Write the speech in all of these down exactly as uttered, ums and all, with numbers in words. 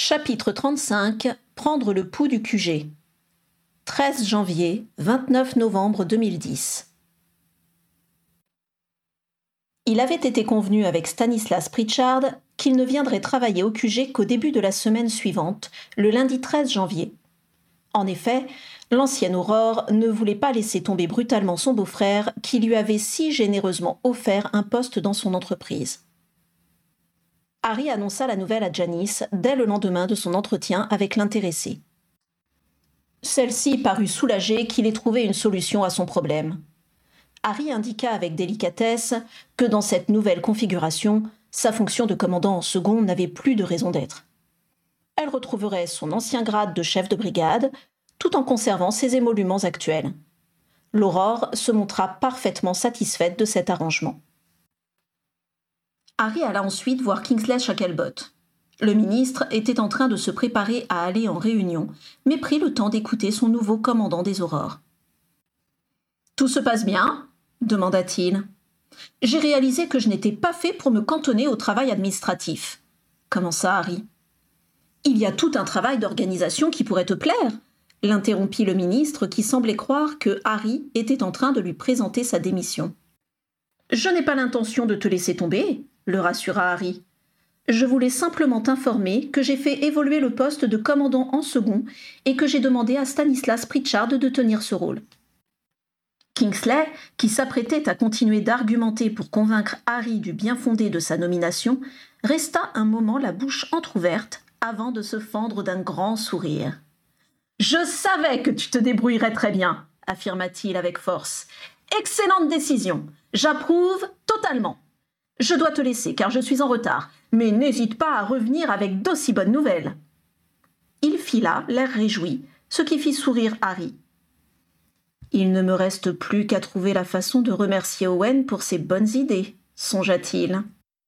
Chapitre trente-cinq. Prendre le pouls du Q G. treize janvier, vingt-neuf novembre deux mille dix. Il avait été convenu avec Stanislas Pritchard qu'il ne viendrait travailler au Q G qu'au début de la semaine suivante, le lundi treize janvier. En effet, l'ancienne Aurore ne voulait pas laisser tomber brutalement son beau-frère qui lui avait si généreusement offert un poste dans son entreprise. Harry annonça la nouvelle à Janice dès le lendemain de son entretien avec l'intéressé. Celle-ci parut soulagée qu'il ait trouvé une solution à son problème. Harry indiqua avec délicatesse que dans cette nouvelle configuration, sa fonction de commandant en second n'avait plus de raison d'être. Elle retrouverait son ancien grade de chef de brigade, tout en conservant ses émoluments actuels. L'Aurore se montra parfaitement satisfaite de cet arrangement. Harry alla ensuite voir Kingsley Shacklebolt. Le ministre était en train de se préparer à aller en réunion, mais prit le temps d'écouter son nouveau commandant des Aurores. « Tout se passe bien ?» demanda-t-il. « J'ai réalisé que je n'étais pas fait pour me cantonner au travail administratif. » commença Harry. « Il y a tout un travail d'organisation qui pourrait te plaire » l'interrompit le ministre qui semblait croire que Harry était en train de lui présenter sa démission. « Je n'ai pas l'intention de te laisser tomber » le rassura Harry. « Je voulais simplement t'informer que j'ai fait évoluer le poste de commandant en second et que j'ai demandé à Stanislas Pritchard de tenir ce rôle. » Kingsley, qui s'apprêtait à continuer d'argumenter pour convaincre Harry du bien-fondé de sa nomination, resta un moment la bouche entr'ouverte avant de se fendre d'un grand sourire. « Je savais que tu te débrouillerais très bien, » affirma-t-il avec force. « Excellente décision. J'approuve totalement. Je dois te laisser car je suis en retard, mais n'hésite pas à revenir avec d'aussi bonnes nouvelles. » Il fit là l'air réjoui, ce qui fit sourire Harry. « Il ne me reste plus qu'à trouver la façon de remercier Owen pour ses bonnes idées, » songea-t-il.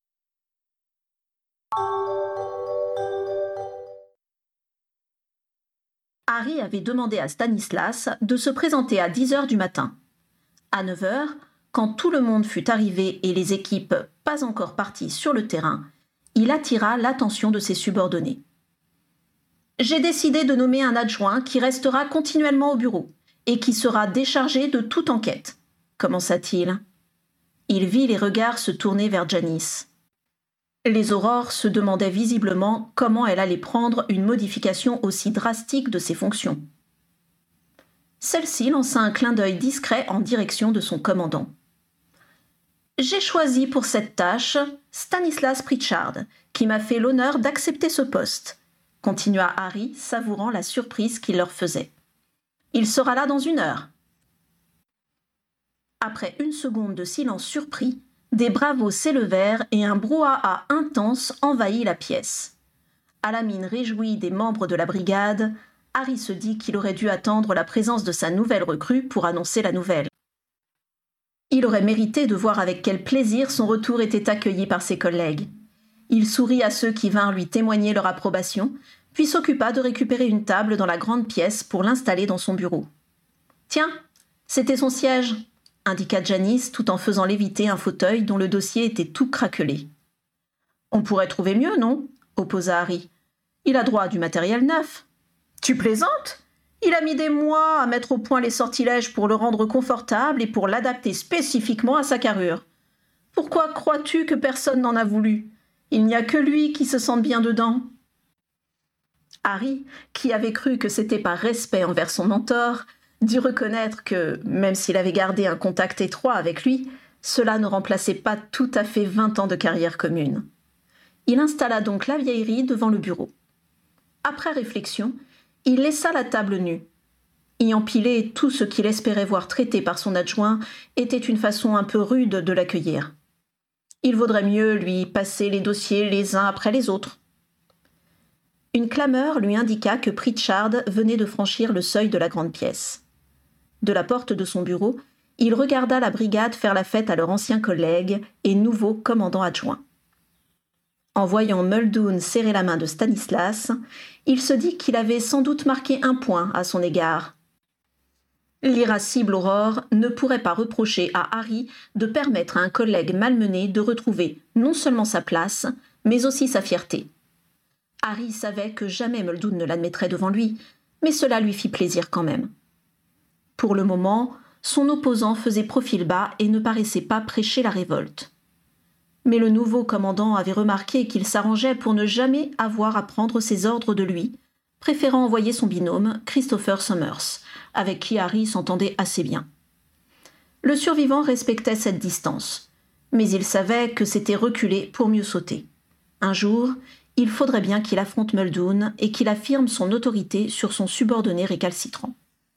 Harry avait demandé à Stanislas de se présenter à dix heures du matin. À neuf heures, quand tout le monde fut arrivé et les équipes pas encore parties sur le terrain, il attira l'attention de ses subordonnés. « J'ai décidé de nommer un adjoint qui restera continuellement au bureau et qui sera déchargé de toute enquête, » commença-t-il. Il vit les regards se tourner vers Janice. Les Aurores se demandaient visiblement comment elle allait prendre une modification aussi drastique de ses fonctions. Celle-ci lança un clin d'œil discret en direction de son commandant. « J'ai choisi pour cette tâche Stanislas Pritchard, qui m'a fait l'honneur d'accepter ce poste, » continua Harry, savourant la surprise qu'il leur faisait. « Il sera là dans une heure. » Après une seconde de silence surpris, des bravos s'élevèrent et un brouhaha intense envahit la pièce. À la mine réjouie des membres de la brigade, Harry se dit qu'il aurait dû attendre la présence de sa nouvelle recrue pour annoncer la nouvelle. Il aurait mérité de voir avec quel plaisir son retour était accueilli par ses collègues. Il sourit à ceux qui vinrent lui témoigner leur approbation, puis s'occupa de récupérer une table dans la grande pièce pour l'installer dans son bureau. « Tiens, c'était son siège !» indiqua Janice tout en faisant léviter un fauteuil dont le dossier était tout craquelé. « On pourrait trouver mieux, non ?» opposa Harry. « Il a droit à du matériel neuf. »« Tu plaisantes ? Il a mis des mois à mettre au point les sortilèges pour le rendre confortable et pour l'adapter spécifiquement à sa carrure. Pourquoi crois-tu que personne n'en a voulu ? Il n'y a que lui qui se sente bien dedans. » Harry, qui avait cru que c'était par respect envers son mentor, dut reconnaître que, même s'il avait gardé un contact étroit avec lui, cela ne remplaçait pas tout à fait vingt ans de carrière commune. Il installa donc la vieillerie devant le bureau. Après réflexion, il laissa la table nue. Y empiler tout ce qu'il espérait voir traité par son adjoint était une façon un peu rude de l'accueillir. Il vaudrait mieux lui passer les dossiers les uns après les autres. Une clameur lui indiqua que Pritchard venait de franchir le seuil de la grande pièce. De la porte de son bureau, il regarda la brigade faire la fête à leur ancien collègue et nouveau commandant adjoint. En voyant Muldoon serrer la main de Stanislas, il se dit qu'il avait sans doute marqué un point à son égard. L'irascible Aurore ne pourrait pas reprocher à Harry de permettre à un collègue malmené de retrouver non seulement sa place, mais aussi sa fierté. Harry savait que jamais Muldoon ne l'admettrait devant lui, mais cela lui fit plaisir quand même. Pour le moment, son opposant faisait profil bas et ne paraissait pas prêcher la révolte. Mais le nouveau commandant avait remarqué qu'il s'arrangeait pour ne jamais avoir à prendre ses ordres de lui, préférant envoyer son binôme, Christopher Summers, avec qui Harry s'entendait assez bien. Le survivant respectait cette distance, mais il savait que c'était reculer pour mieux sauter. Un jour, il faudrait bien qu'il affronte Muldoon et qu'il affirme son autorité sur son subordonné récalcitrant.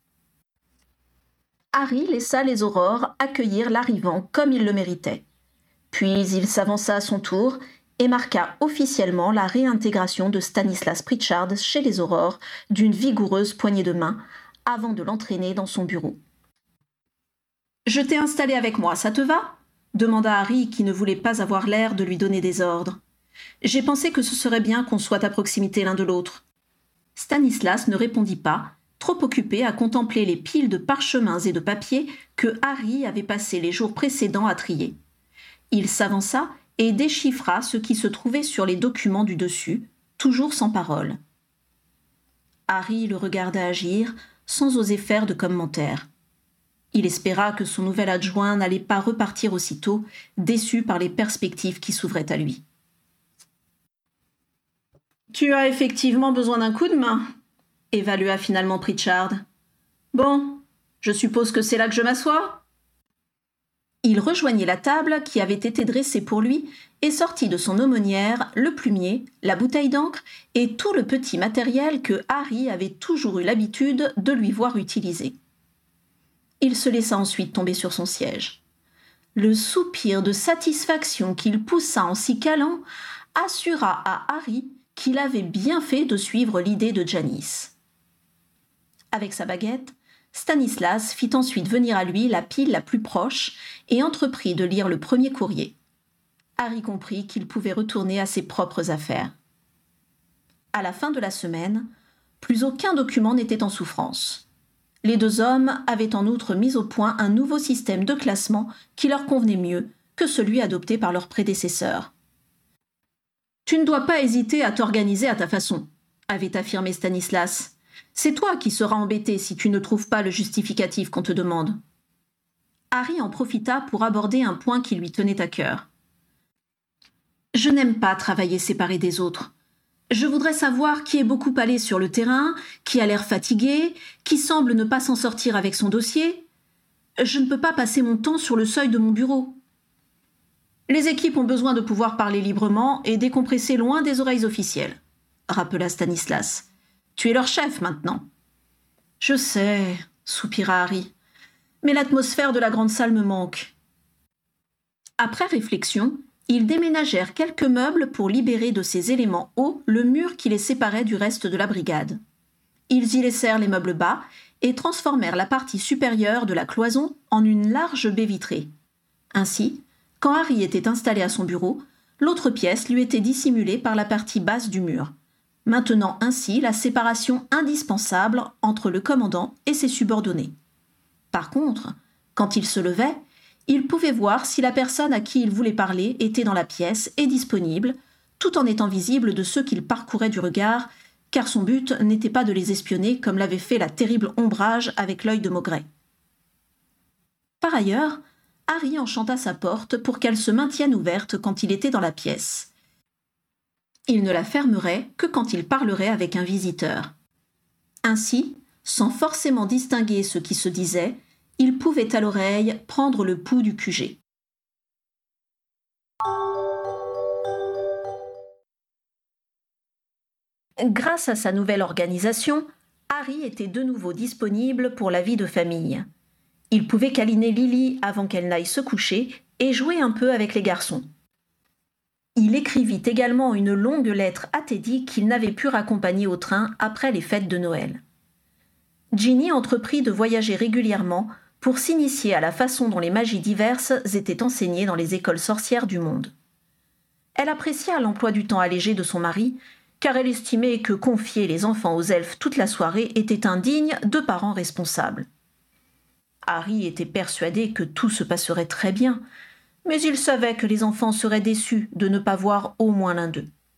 Harry laissa les aurores accueillir l'arrivant comme il le méritait. Puis il s'avança à son tour et marqua officiellement la réintégration de Stanislas Pritchard chez les aurores d'une vigoureuse poignée de main avant de l'entraîner dans son bureau. « Je t'ai installé avec moi, ça te va ?» demanda Harry qui ne voulait pas avoir l'air de lui donner des ordres. « J'ai pensé que ce serait bien qu'on soit à proximité l'un de l'autre. » Stanislas ne répondit pas, trop occupé à contempler les piles de parchemins et de papiers que Harry avait passé les jours précédents à trier. Il s'avança et déchiffra ce qui se trouvait sur les documents du dessus, toujours sans parole. Harry le regarda agir, sans oser faire de commentaire. Il espéra que son nouvel adjoint n'allait pas repartir aussitôt, déçu par les perspectives qui s'ouvraient à lui. « Tu as effectivement besoin d'un coup de main », évalua finalement Pritchard. « Bon, je suppose que c'est là que je m'assois ?» Il rejoignit la table qui avait été dressée pour lui et sortit de son aumônière le plumier, la bouteille d'encre et tout le petit matériel que Harry avait toujours eu l'habitude de lui voir utiliser. Il se laissa ensuite tomber sur son siège. Le soupir de satisfaction qu'il poussa en s'y calant assura à Harry qu'il avait bien fait de suivre l'idée de Janice. Avec sa baguette, Stanislas fit ensuite venir à lui la pile la plus proche et entreprit de lire le premier courrier. Harry comprit qu'il pouvait retourner à ses propres affaires. À la fin de la semaine, plus aucun document n'était en souffrance. Les deux hommes avaient en outre mis au point un nouveau système de classement qui leur convenait mieux que celui adopté par leurs prédécesseurs. « Tu ne dois pas hésiter à t'organiser à ta façon », avait affirmé Stanislas. « C'est toi qui seras embêté si tu ne trouves pas le justificatif qu'on te demande. » Harry en profita pour aborder un point qui lui tenait à cœur. « Je n'aime pas travailler séparé des autres. Je voudrais savoir qui est beaucoup allé sur le terrain, qui a l'air fatigué, qui semble ne pas s'en sortir avec son dossier. Je ne peux pas passer mon temps sur le seuil de mon bureau. Les équipes ont besoin de pouvoir parler librement et décompresser loin des oreilles officielles, » rappela Stanislas. « Tu es leur chef maintenant. »« Je sais, » soupira Harry, « mais l'atmosphère de la grande salle me manque. » Après réflexion, ils déménagèrent quelques meubles pour libérer de ces éléments hauts le mur qui les séparait du reste de la brigade. Ils y laissèrent les meubles bas et transformèrent la partie supérieure de la cloison en une large baie vitrée. Ainsi, quand Harry était installé à son bureau, l'autre pièce lui était dissimulée par la partie basse du mur, maintenant ainsi la séparation indispensable entre le commandant et ses subordonnés. Par contre, quand il se levait, il pouvait voir si la personne à qui il voulait parler était dans la pièce et disponible, tout en étant visible de ceux qu'il parcourait du regard, car son but n'était pas de les espionner comme l'avait fait la terrible Ombrage avec l'œil de Maugret. Par ailleurs, Harry enchanta sa porte pour qu'elle se maintienne ouverte quand il était dans la pièce. Il ne la fermerait que quand il parlerait avec un visiteur. Ainsi, sans forcément distinguer ce qui se disait, il pouvait à l'oreille prendre le pouls du Q G. Grâce à sa nouvelle organisation, Harry était de nouveau disponible pour la vie de famille. Il pouvait câliner Lily avant qu'elle n'aille se coucher et jouer un peu avec les garçons. Il écrivit également une longue lettre à Teddy qu'il n'avait pu raccompagner au train après les fêtes de Noël. Ginny entreprit de voyager régulièrement pour s'initier à la façon dont les magies diverses étaient enseignées dans les écoles sorcières du monde. Elle apprécia l'emploi du temps allégé de son mari, car elle estimait que confier les enfants aux elfes toute la soirée était indigne de parents responsables. Harry était persuadé que tout se passerait très bien, mais il savait que les enfants seraient déçus de ne pas voir au moins l'un d'eux.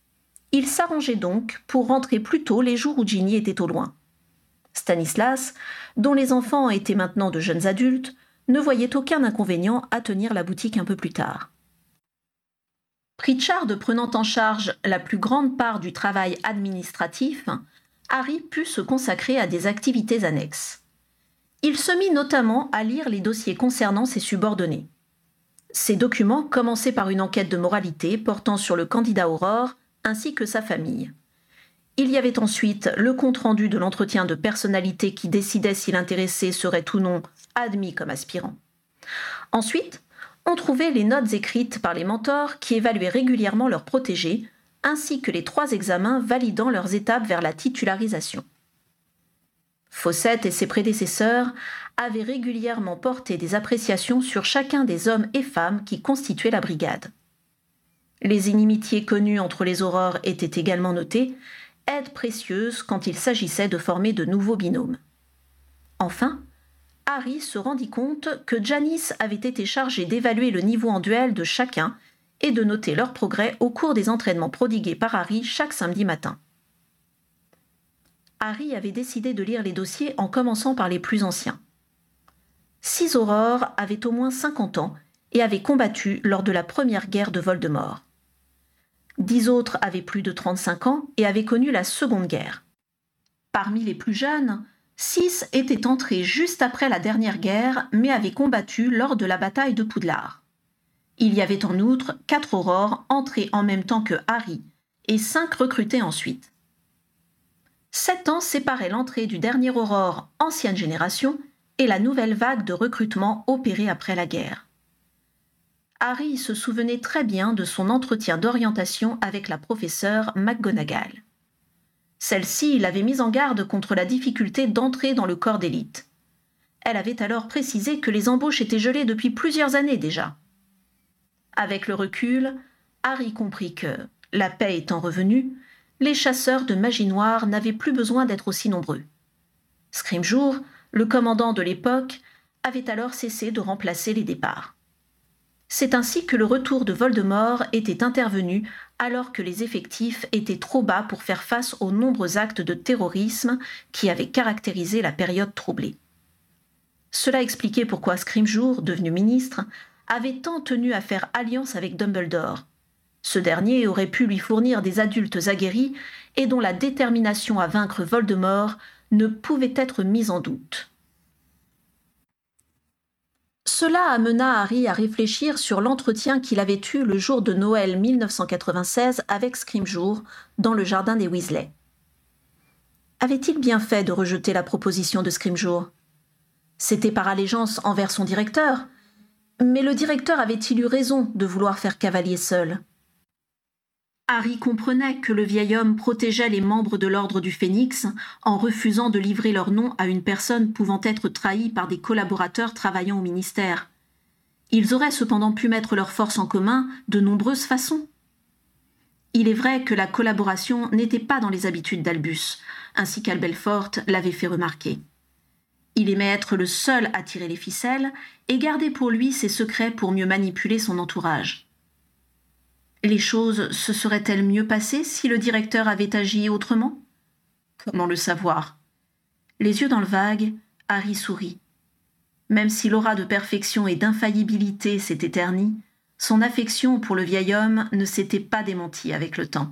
Il s'arrangeait donc pour rentrer plus tôt les jours où Ginny était au loin. Stanislas, dont les enfants étaient maintenant de jeunes adultes, ne voyait aucun inconvénient à tenir la boutique un peu plus tard. Pritchard prenant en charge la plus grande part du travail administratif, Harry put se consacrer à des activités annexes. Il se mit notamment à lire les dossiers concernant ses subordonnés. Ces documents commençaient par une enquête de moralité portant sur le candidat Aurore ainsi que sa famille. Il y avait ensuite le compte-rendu de l'entretien de personnalité qui décidait si l'intéressé serait ou non admis comme aspirant. Ensuite, on trouvait les notes écrites par les mentors qui évaluaient régulièrement leurs protégés, ainsi que les trois examens validant leurs étapes vers la titularisation. Fawcett et ses prédécesseurs avaient régulièrement porté des appréciations sur chacun des hommes et femmes qui constituaient la brigade. Les inimitiés connues entre les Aurores étaient également notées, aide précieuse quand il s'agissait de former de nouveaux binômes. Enfin, Harry se rendit compte que Janice avait été chargée d'évaluer le niveau en duel de chacun et de noter leur progrès au cours des entraînements prodigués par Harry chaque samedi matin. Harry avait décidé de lire les dossiers en commençant par les plus anciens. Six Aurores avaient au moins cinquante ans et avaient combattu lors de la première guerre de Voldemort. Dix autres avaient plus de trente-cinq ans et avaient connu la Seconde Guerre. Parmi les plus jeunes, six étaient entrés juste après la dernière guerre mais avaient combattu lors de la bataille de Poudlard. Il y avait en outre quatre Aurores entrés en même temps que Harry et cinq recrutés ensuite. Sept ans séparaient l'entrée du dernier Aurore ancienne génération et la nouvelle vague de recrutement opérée après la guerre. Harry se souvenait très bien de son entretien d'orientation avec la professeure McGonagall. Celle-ci l'avait mise en garde contre la difficulté d'entrer dans le corps d'élite. Elle avait alors précisé que les embauches étaient gelées depuis plusieurs années déjà. Avec le recul, Harry comprit que, la paix étant revenue, les chasseurs de magie noire n'avaient plus besoin d'être aussi nombreux. Scrimgeour, le commandant de l'époque, avait alors cessé de remplacer les départs. C'est ainsi que le retour de Voldemort était intervenu alors que les effectifs étaient trop bas pour faire face aux nombreux actes de terrorisme qui avaient caractérisé la période troublée. Cela expliquait pourquoi Scrimgeour, devenu ministre, avait tant tenu à faire alliance avec Dumbledore. Ce dernier aurait pu lui fournir des adultes aguerris et dont la détermination à vaincre Voldemort ne pouvait être mise en doute. Cela amena Harry à réfléchir sur l'entretien qu'il avait eu le jour de Noël mille neuf cent quatre-vingt-seize avec Scrimgeour dans le jardin des Weasley. Avait-il bien fait de rejeter la proposition de Scrimgeour ? C'était par allégeance envers son directeur, mais le directeur avait-il eu raison de vouloir faire cavalier seul ? Harry comprenait que le vieil homme protégeait les membres de l'ordre du Phénix en refusant de livrer leur nom à une personne pouvant être trahie par des collaborateurs travaillant au ministère. Ils auraient cependant pu mettre leurs forces en commun de nombreuses façons. Il est vrai que la collaboration n'était pas dans les habitudes d'Albus, ainsi qu'Albelfort l'avait fait remarquer. Il aimait être le seul à tirer les ficelles et garder pour lui ses secrets pour mieux manipuler son entourage. Les choses se seraient-elles mieux passées si le directeur avait agi autrement ? Comment le savoir ? Les yeux dans le vague, Harry sourit. Même si l'aura de perfection et d'infaillibilité s'était ternie, son affection pour le vieil homme ne s'était pas démentie avec le temps.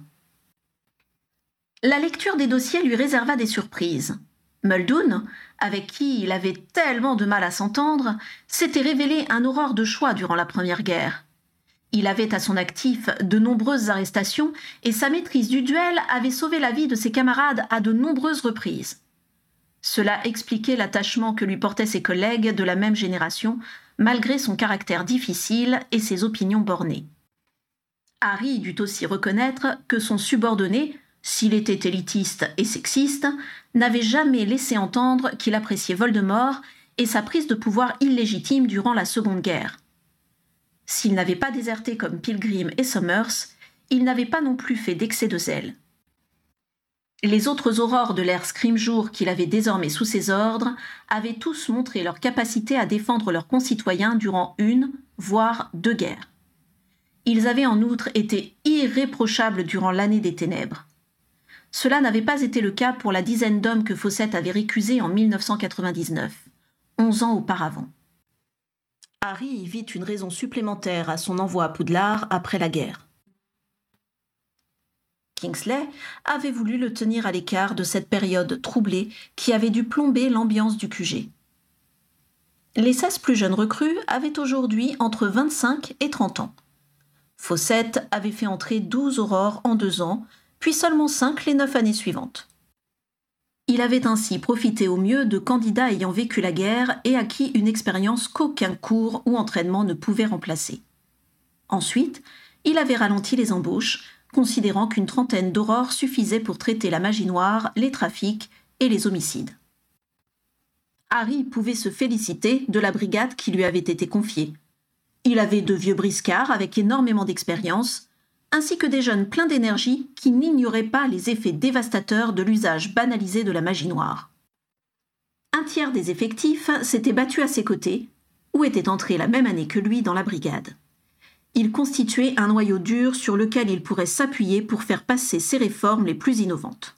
La lecture des dossiers lui réserva des surprises. Muldoon, avec qui il avait tellement de mal à s'entendre, s'était révélé un aurore de choix durant la Première Guerre. Il avait à son actif de nombreuses arrestations et sa maîtrise du duel avait sauvé la vie de ses camarades à de nombreuses reprises. Cela expliquait l'attachement que lui portaient ses collègues de la même génération, malgré son caractère difficile et ses opinions bornées. Harry dut aussi reconnaître que son subordonné, s'il était élitiste et sexiste, n'avait jamais laissé entendre qu'il appréciait Voldemort et sa prise de pouvoir illégitime durant la Seconde Guerre. S'il n'avait pas déserté comme Pilgrim et Summers, il n'avait pas non plus fait d'excès de zèle. Les autres aurores de l'ère Scrimgeour qu'il avait désormais sous ses ordres avaient tous montré leur capacité à défendre leurs concitoyens durant une, voire deux guerres. Ils avaient en outre été irréprochables durant l'année des ténèbres. Cela n'avait pas été le cas pour la dizaine d'hommes que Fawcett avait récusés en mille neuf cent quatre-vingt-dix-neuf, onze ans auparavant. Harry y vit une raison supplémentaire à son envoi à Poudlard après la guerre. Kingsley avait voulu le tenir à l'écart de cette période troublée qui avait dû plomber l'ambiance du Q G. Les seize plus jeunes recrues avaient aujourd'hui entre vingt-cinq et trente ans. Fawcett avait fait entrer douze aurores en deux ans, puis seulement cinq les neuf années suivantes. Il avait ainsi profité au mieux de candidats ayant vécu la guerre et acquis une expérience qu'aucun cours ou entraînement ne pouvait remplacer. Ensuite, il avait ralenti les embauches, considérant qu'une trentaine d'aurores suffisait pour traiter la magie noire, les trafics et les homicides. Harry pouvait se féliciter de la brigade qui lui avait été confiée. Il avait de vieux briscards avec énormément d'expérience, ainsi que des jeunes pleins d'énergie qui n'ignoraient pas les effets dévastateurs de l'usage banalisé de la magie noire. Un tiers des effectifs s'était battu à ses côtés, ou était entré la même année que lui dans la brigade. Il constituait un noyau dur sur lequel il pourrait s'appuyer pour faire passer ses réformes les plus innovantes.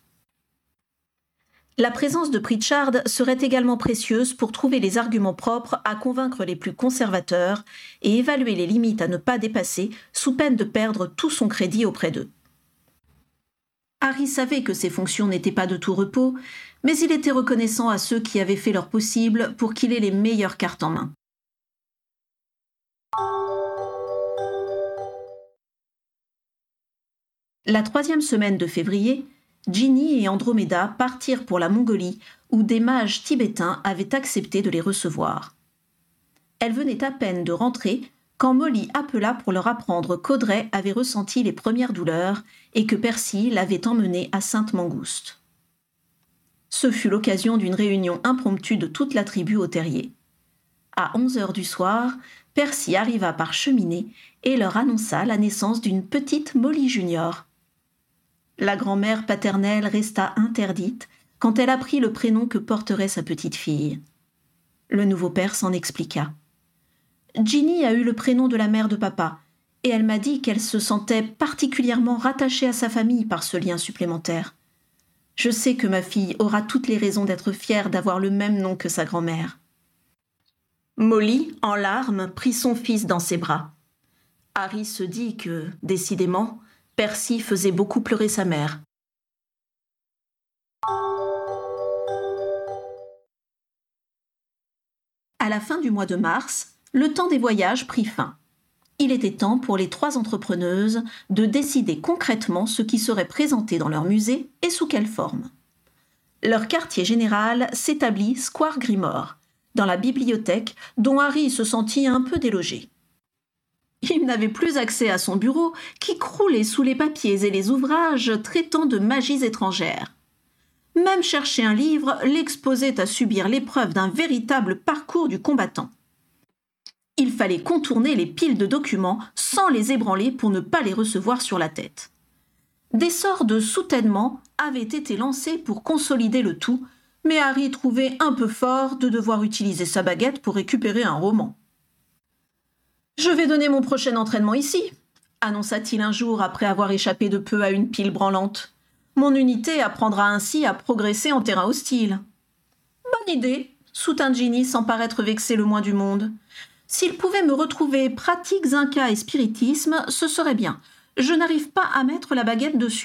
La présence de Pritchard serait également précieuse pour trouver les arguments propres à convaincre les plus conservateurs et évaluer les limites à ne pas dépasser sous peine de perdre tout son crédit auprès d'eux. Harry savait que ses fonctions n'étaient pas de tout repos, mais il était reconnaissant à ceux qui avaient fait leur possible pour qu'il ait les meilleures cartes en main. La troisième semaine de février, Ginny et Andromeda partirent pour la Mongolie, où des mages tibétains avaient accepté de les recevoir. Elles venaient à peine de rentrer quand Molly appela pour leur apprendre qu'Audrey avait ressenti les premières douleurs et que Percy l'avait emmenée à Sainte-Mangouste. Ce fut l'occasion d'une réunion impromptue de toute la tribu au terrier. À onze heures du soir, Percy arriva par cheminée et leur annonça la naissance d'une petite Molly Junior. La grand-mère paternelle resta interdite quand elle apprit le prénom que porterait sa petite fille. Le nouveau père s'en expliqua. « Ginny a eu le prénom de la mère de papa, et elle m'a dit qu'elle se sentait particulièrement rattachée à sa famille par ce lien supplémentaire. Je sais que ma fille aura toutes les raisons d'être fière d'avoir le même nom que sa grand-mère. » Molly, en larmes, prit son fils dans ses bras. Harry se dit que, décidément, Percy faisait beaucoup pleurer sa mère. À la fin du mois de mars, le temps des voyages prit fin. Il était temps pour les trois entrepreneuses de décider concrètement ce qui serait présenté dans leur musée et sous quelle forme. Leur quartier général s'établit Square Grimoire, dans la bibliothèque dont Harry se sentit un peu délogé. Il n'avait plus accès à son bureau qui croulait sous les papiers et les ouvrages traitant de magies étrangères. Même chercher un livre l'exposait à subir l'épreuve d'un véritable parcours du combattant. Il fallait contourner les piles de documents sans les ébranler pour ne pas les recevoir sur la tête. Des sorts de soutènement avaient été lancés pour consolider le tout, mais Harry trouvait un peu fort de devoir utiliser sa baguette pour récupérer un roman. « Je vais donner mon prochain entraînement ici », annonça-t-il un jour après avoir échappé de peu à une pile branlante. « Mon unité apprendra ainsi à progresser en terrain hostile. »« Bonne idée », soutint Ginny sans paraître vexée le moins du monde. « S'il pouvait me retrouver pratiques Inca et spiritisme, ce serait bien. Je n'arrive pas à mettre la baguette dessus. »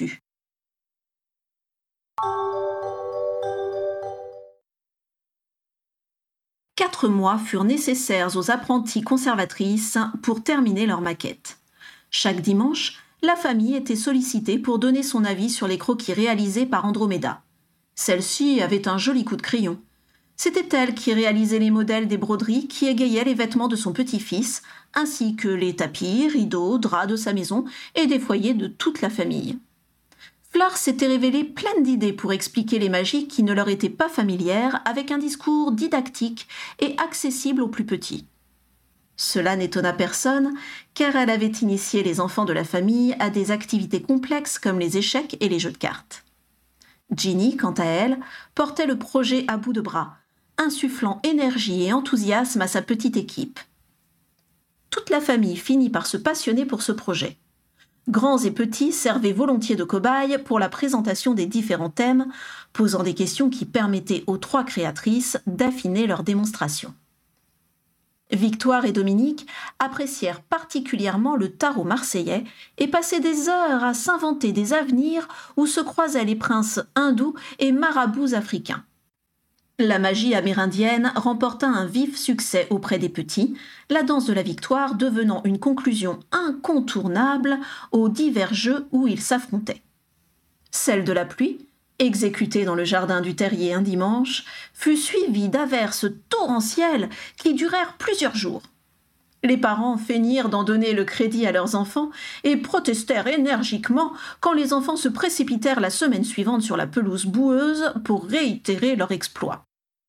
Quatre mois furent nécessaires aux apprenties conservatrices pour terminer leur maquette. Chaque dimanche, la famille était sollicitée pour donner son avis sur les croquis réalisés par Andromeda. Celle-ci avait un joli coup de crayon. C'était elle qui réalisait les modèles des broderies qui égayaient les vêtements de son petit-fils, ainsi que les tapis, rideaux, draps de sa maison et des foyers de toute la famille. Fleur s'était révélée pleine d'idées pour expliquer les magies qui ne leur étaient pas familières avec un discours didactique et accessible aux plus petits. Cela n'étonna personne, car elle avait initié les enfants de la famille à des activités complexes comme les échecs et les jeux de cartes. Ginny, quant à elle, portait le projet à bout de bras, insufflant énergie et enthousiasme à sa petite équipe. toute la famille finit par se passionner pour ce projet. Grands et petits servaient volontiers de cobayes pour la présentation des différents thèmes, posant des questions qui permettaient aux trois créatrices d'affiner leurs démonstrations. Victoire et Dominique apprécièrent particulièrement le tarot marseillais et passaient des heures à s'inventer des avenirs où se croisaient les princes hindous et marabouts africains. La magie amérindienne remporta un vif succès auprès des petits, la danse de la victoire devenant une conclusion incontournable aux divers jeux où ils s'affrontaient. Celle de la pluie, exécutée dans le jardin du terrier un dimanche, fut suivie d'averses torrentielles qui durèrent plusieurs jours. Les parents feignirent d'en donner le crédit à leurs enfants et protestèrent énergiquement quand les enfants se précipitèrent la semaine suivante sur la pelouse boueuse pour réitérer leur exploit.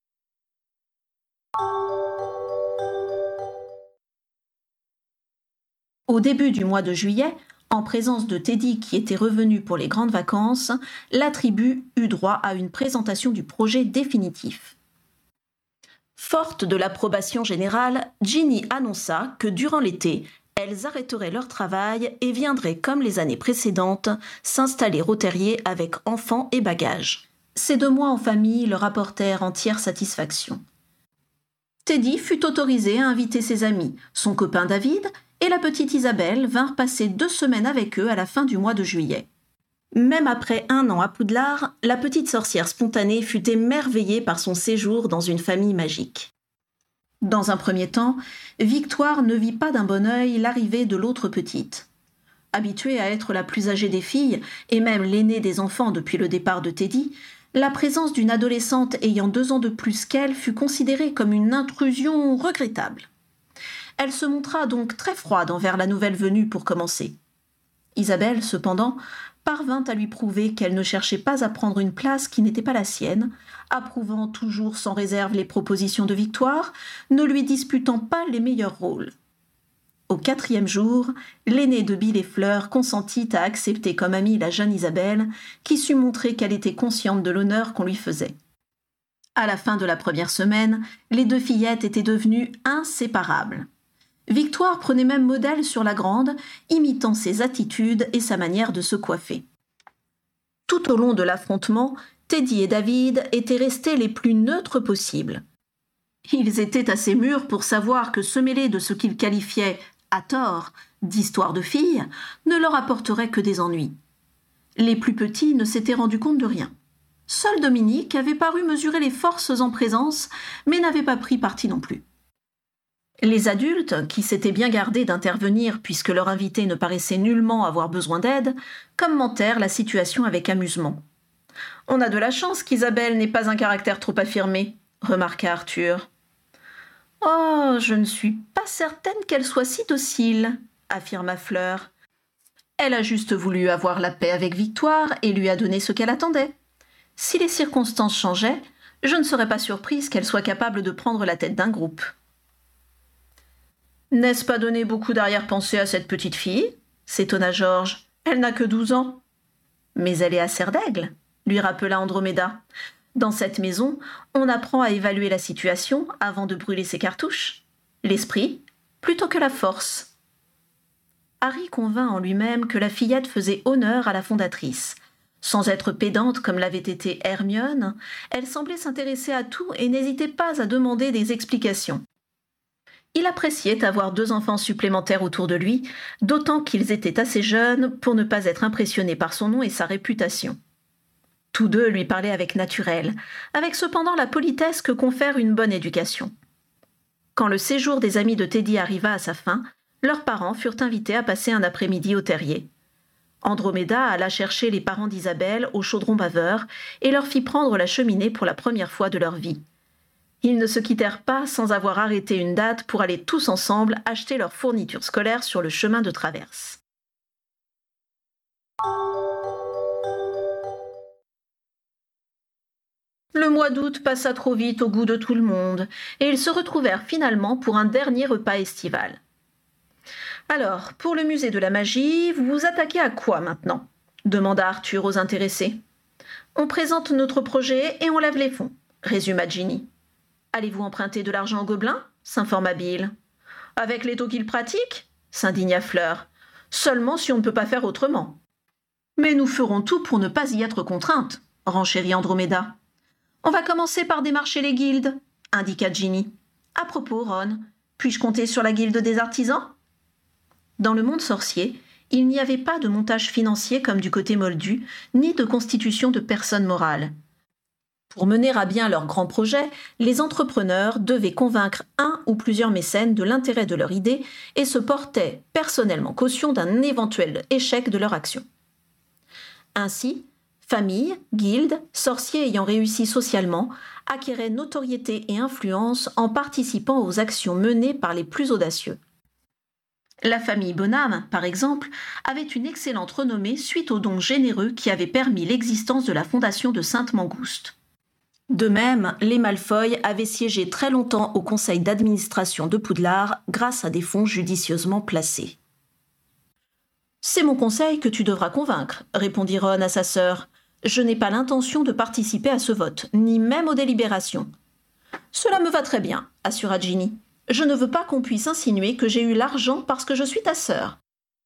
Au début du mois de juillet, en présence de Teddy qui était revenu pour les grandes vacances, la tribu eut droit à une présentation du projet définitif. Forte de l'approbation générale, Ginny annonça que durant l'été, elles arrêteraient leur travail et viendraient, comme les années précédentes, s'installer au terrier avec enfants et bagages. Ces deux mois en famille leur apportèrent entière satisfaction. Teddy fut autorisé à inviter ses amis, son copain David et la petite Isabelle vinrent passer deux semaines avec eux à la fin du mois de juillet. Même après un an à Poudlard, la petite sorcière spontanée fut émerveillée par son séjour dans une famille magique. Dans un premier temps, Victoire ne vit pas d'un bon œil l'arrivée de l'autre petite. Habituée à être la plus âgée des filles, et même l'aînée des enfants depuis le départ de Teddy, la présence d'une adolescente ayant deux ans de plus qu'elle fut considérée comme une intrusion regrettable. Elle se montra donc très froide envers la nouvelle venue pour commencer. Isabelle, cependant, parvint à lui prouver qu'elle ne cherchait pas à prendre une place qui n'était pas la sienne, approuvant toujours sans réserve les propositions de Victoire, ne lui disputant pas les meilleurs rôles. Au quatrième jour, l'aînée de Bill et Fleur consentit à accepter comme amie la jeune Isabelle, qui sut montrer qu'elle était consciente de l'honneur qu'on lui faisait. À la fin de la première semaine, les deux fillettes étaient devenues inséparables. Victoire prenait même modèle sur la grande, imitant ses attitudes et sa manière de se coiffer. Tout au long de l'affrontement, Teddy et David étaient restés les plus neutres possibles. Ils étaient assez mûrs pour savoir que se mêler de ce qu'ils qualifiaient, à tort, d'histoire de filles, ne leur apporterait que des ennuis. Les plus petits ne s'étaient rendus compte de rien. Seul Dominique avait paru mesurer les forces en présence, mais n'avait pas pris parti non plus. Les adultes, qui s'étaient bien gardés d'intervenir puisque leur invité ne paraissait nullement avoir besoin d'aide, commentèrent la situation avec amusement. « On a de la chance qu'Isabelle n'ait pas un caractère trop affirmé », remarqua Arthur. « Oh, je ne suis pas certaine qu'elle soit si docile », affirma Fleur. « Elle a juste voulu avoir la paix avec Victoire et lui a donné ce qu'elle attendait. Si les circonstances changeaient, je ne serais pas surprise qu'elle soit capable de prendre la tête d'un groupe. » « N'est-ce pas donner beaucoup d'arrière-pensée à cette petite fille ?» s'étonna Georges. « Elle n'a que douze ans. »« Mais elle est à Serre d'Aigle » lui rappela Andromeda. « Dans cette maison, on apprend à évaluer la situation avant de brûler ses cartouches. L'esprit plutôt que la force. » Harry convint en lui-même que la fillette faisait honneur à la fondatrice. Sans être pédante comme l'avait été Hermione, elle semblait s'intéresser à tout et n'hésitait pas à demander des explications. Il appréciait avoir deux enfants supplémentaires autour de lui, d'autant qu'ils étaient assez jeunes pour ne pas être impressionnés par son nom et sa réputation. Tous deux lui parlaient avec naturel, avec cependant la politesse que confère une bonne éducation. Quand le séjour des amis de Teddy arriva à sa fin, leurs parents furent invités à passer un après-midi au terrier. Andromeda alla chercher les parents d'Isabelle au chaudron baveur et leur fit prendre la cheminée pour la première fois de leur vie. Ils ne se quittèrent pas sans avoir arrêté une date pour aller tous ensemble acheter leurs fournitures scolaires sur le chemin de traverse. Le mois d'août passa trop vite au goût de tout le monde, et ils se retrouvèrent finalement pour un dernier repas estival. « Alors, pour le musée de la magie, vous vous attaquez à quoi maintenant ?» demanda Arthur aux intéressés. « On présente notre projet et on lève les fonds », résuma Ginny. « Allez-vous emprunter de l'argent aux gobelins ?» s'informa Bill. Avec les taux qu'il pratique, s'indigna Fleur. Seulement si on ne peut pas faire autrement. Mais nous ferons tout pour ne pas y être contraintes, renchérit Andromeda. On va commencer par démarcher les guildes, indiqua Ginny. À propos, Ron, puis-je compter sur la guilde des artisans? Dans le monde sorcier, il n'y avait pas de montage financier comme du côté moldu, ni de constitution de personnes morales. Pour mener à bien leurs grands projets, les entrepreneurs devaient convaincre un ou plusieurs mécènes de l'intérêt de leur idée et se portaient personnellement caution d'un éventuel échec de leur action. Ainsi, familles, guildes, sorciers ayant réussi socialement acquéraient notoriété et influence en participant aux actions menées par les plus audacieux. La famille Bonham, par exemple, avait une excellente renommée suite aux dons généreux qui avaient permis l'existence de la fondation de Sainte-Mangouste. De même, les Malfoy avaient siégé très longtemps au conseil d'administration de Poudlard grâce à des fonds judicieusement placés. « C'est mon conseil que tu devras convaincre, » répondit Ron à sa sœur. « Je n'ai pas l'intention de participer à ce vote, ni même aux délibérations. »« Cela me va très bien, » assura Ginny. « Je ne veux pas qu'on puisse insinuer que j'ai eu l'argent parce que je suis ta sœur. »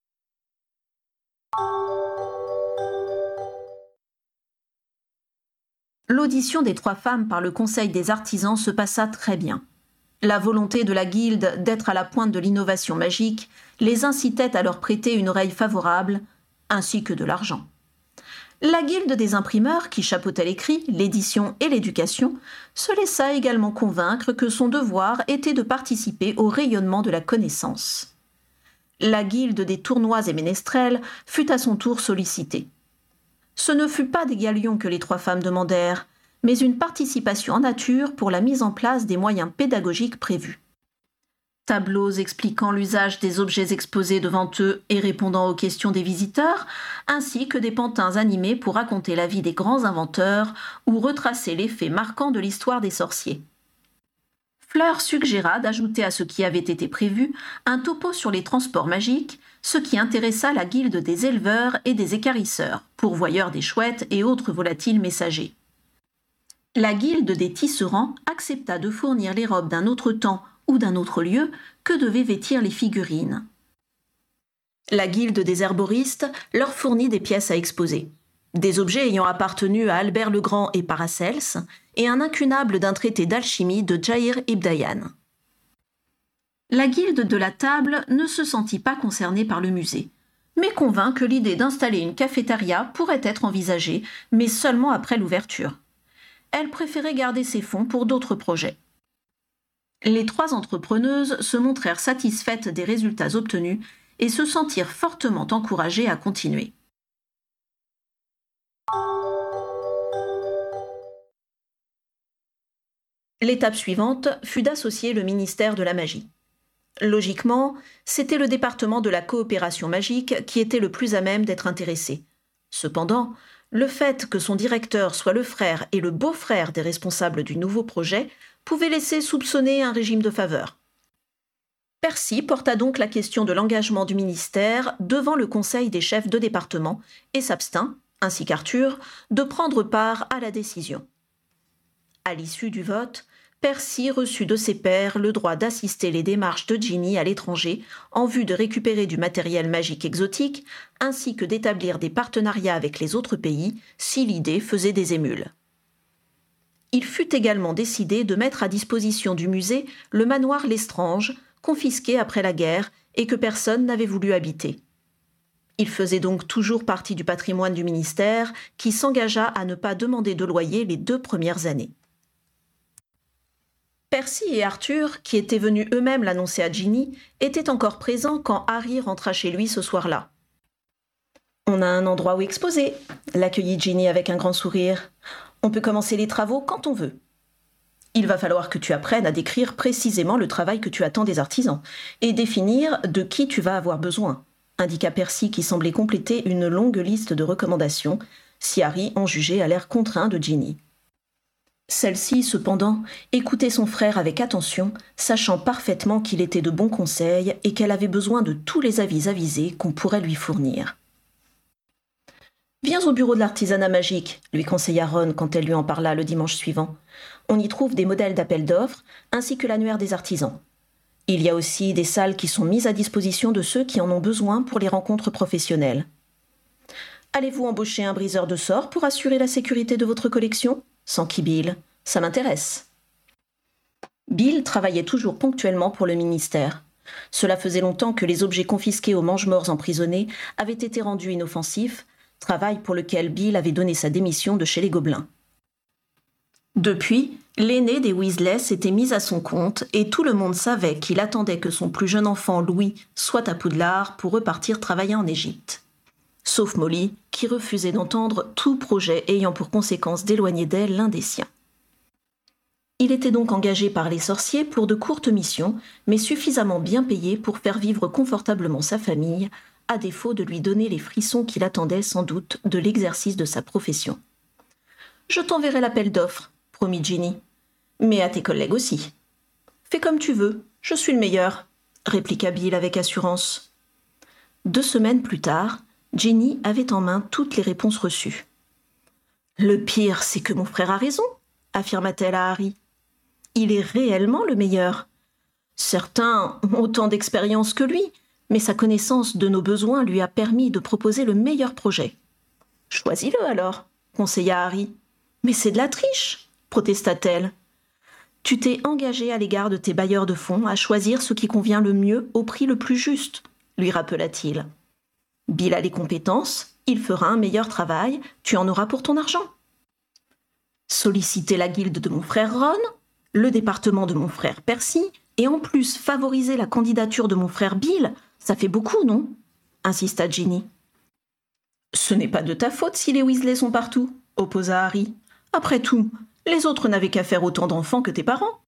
L'audition des trois femmes par le Conseil des artisans se passa très bien. La volonté de la guilde d'être à la pointe de l'innovation magique les incitait à leur prêter une oreille favorable, ainsi que de l'argent. La guilde des imprimeurs, qui chapeautait l'écrit, l'édition et l'éducation, se laissa également convaincre que son devoir était de participer au rayonnement de la connaissance. La guilde des tournois et ménestrels fut à son tour sollicitée. Ce ne fut pas des galions que les trois femmes demandèrent, mais une participation en nature pour la mise en place des moyens pédagogiques prévus. Tableaux expliquant l'usage des objets exposés devant eux et répondant aux questions des visiteurs, ainsi que des pantins animés pour raconter la vie des grands inventeurs ou retracer les faits marquants de l'histoire des sorciers. Fleur suggéra d'ajouter à ce qui avait été prévu un topo sur les transports magiques, ce qui intéressa la guilde des éleveurs et des équarrisseurs, pourvoyeurs des chouettes et autres volatiles messagers. La guilde des tisserands accepta de fournir les robes d'un autre temps ou d'un autre lieu que devaient vêtir les figurines. La guilde des herboristes leur fournit des pièces à exposer, des objets ayant appartenu à Albert le Grand et Paracels, et un incunable d'un traité d'alchimie de Jair Ibn. La guilde de la table ne se sentit pas concernée par le musée, mais convint que l'idée d'installer une cafétéria pourrait être envisagée, mais seulement après l'ouverture. Elle préférait garder ses fonds pour d'autres projets. Les trois entrepreneuses se montrèrent satisfaites des résultats obtenus et se sentirent fortement encouragées à continuer. L'étape suivante fut d'associer le ministère de la magie. Logiquement, c'était le département de la coopération magique qui était le plus à même d'être intéressé. Cependant, le fait que son directeur soit le frère et le beau-frère des responsables du nouveau projet pouvait laisser soupçonner un régime de faveur. Percy porta donc la question de l'engagement du ministère devant le conseil des chefs de département et s'abstint, ainsi qu'Arthur, de prendre part à la décision. À l'issue du vote, Percy reçut de ses pairs le droit d'assister les démarches de Ginny à l'étranger en vue de récupérer du matériel magique exotique, ainsi que d'établir des partenariats avec les autres pays si l'idée faisait des émules. Il fut également décidé de mettre à disposition du musée le manoir Lestrange, confisqué après la guerre et que personne n'avait voulu habiter. Il faisait donc toujours partie du patrimoine du ministère, qui s'engagea à ne pas demander de loyer les deux premières années. Percy et Arthur, qui étaient venus eux-mêmes l'annoncer à Ginny, étaient encore présents quand Harry rentra chez lui ce soir-là. « On a un endroit où exposer », l'accueillit Ginny avec un grand sourire. « On peut commencer les travaux quand on veut. Il va falloir que tu apprennes à décrire précisément le travail que tu attends des artisans et définir de qui tu vas avoir besoin », indiqua Percy qui semblait compléter une longue liste de recommandations, si Harry en jugeait à l'air contraint de Ginny. Celle-ci, cependant, écoutait son frère avec attention, sachant parfaitement qu'il était de bons conseils et qu'elle avait besoin de tous les avis avisés qu'on pourrait lui fournir. « Viens au bureau de l'artisanat magique », lui conseilla Ron quand elle lui en parla le dimanche suivant. « On y trouve des modèles d'appel d'offres ainsi que l'annuaire des artisans. Il y a aussi des salles qui sont mises à disposition de ceux qui en ont besoin pour les rencontres professionnelles. Allez-vous embaucher un briseur de sorts pour assurer la sécurité de votre collection ? S'enquit Bill. Ça m'intéresse. Bill travaillait toujours ponctuellement pour le ministère. Cela faisait longtemps que les objets confisqués aux mange-morts emprisonnés avaient été rendus inoffensifs, travail pour lequel Bill avait donné sa démission de chez les Gobelins. Depuis, l'aîné des Weasley s'était mis à son compte et tout le monde savait qu'il attendait que son plus jeune enfant Louis soit à Poudlard pour repartir travailler en Égypte. Sauf Molly, qui refusait d'entendre tout projet ayant pour conséquence d'éloigner d'elle l'un des siens. Il était donc engagé par les sorciers pour de courtes missions, mais suffisamment bien payé pour faire vivre confortablement sa famille, à défaut de lui donner les frissons qu'il attendait sans doute de l'exercice de sa profession. « Je t'enverrai l'appel d'offres », promit Ginny. « Mais à tes collègues aussi. »« Fais comme tu veux, je suis le meilleur », répliqua Bill avec assurance. Deux semaines plus tard, Ginny avait en main toutes les réponses reçues. « Le pire, c'est que mon frère a raison », affirma-t-elle à Harry. « Il est réellement le meilleur. Certains ont autant d'expérience que lui, mais sa connaissance de nos besoins lui a permis de proposer le meilleur projet. »« Choisis-le alors », conseilla Harry. « Mais c'est de la triche !» protesta-t-elle. « Tu t'es engagé à l'égard de tes bailleurs de fonds à choisir ce qui convient le mieux au prix le plus juste, lui rappela-t-il. Bill a les compétences, il fera un meilleur travail, tu en auras pour ton argent. Solliciter la guilde de mon frère Ron, le département de mon frère Percy, et en plus favoriser la candidature de mon frère Bill, ça fait beaucoup, non ? Insista Ginny. Ce n'est pas de ta faute si les Weasley sont partout, opposa Harry. Après tout, les autres n'avaient qu'à faire autant d'enfants que tes parents.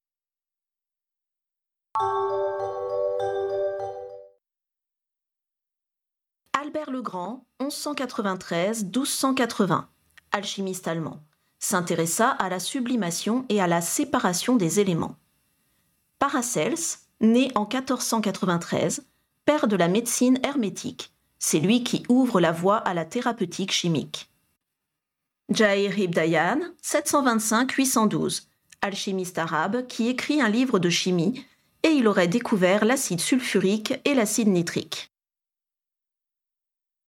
Albert le Grand, onze cent quatre-vingt-treize à douze cent quatre-vingts, alchimiste allemand, s'intéressa à la sublimation et à la séparation des éléments. Paracels, né en quatorze cent quatre-vingt-treize, père de la médecine hermétique, c'est lui qui ouvre la voie à la thérapeutique chimique. Jair ibn Dayan, sept cent vingt-cinq à huit cent douze, alchimiste arabe qui écrit un livre de chimie et il aurait découvert l'acide sulfurique et l'acide nitrique.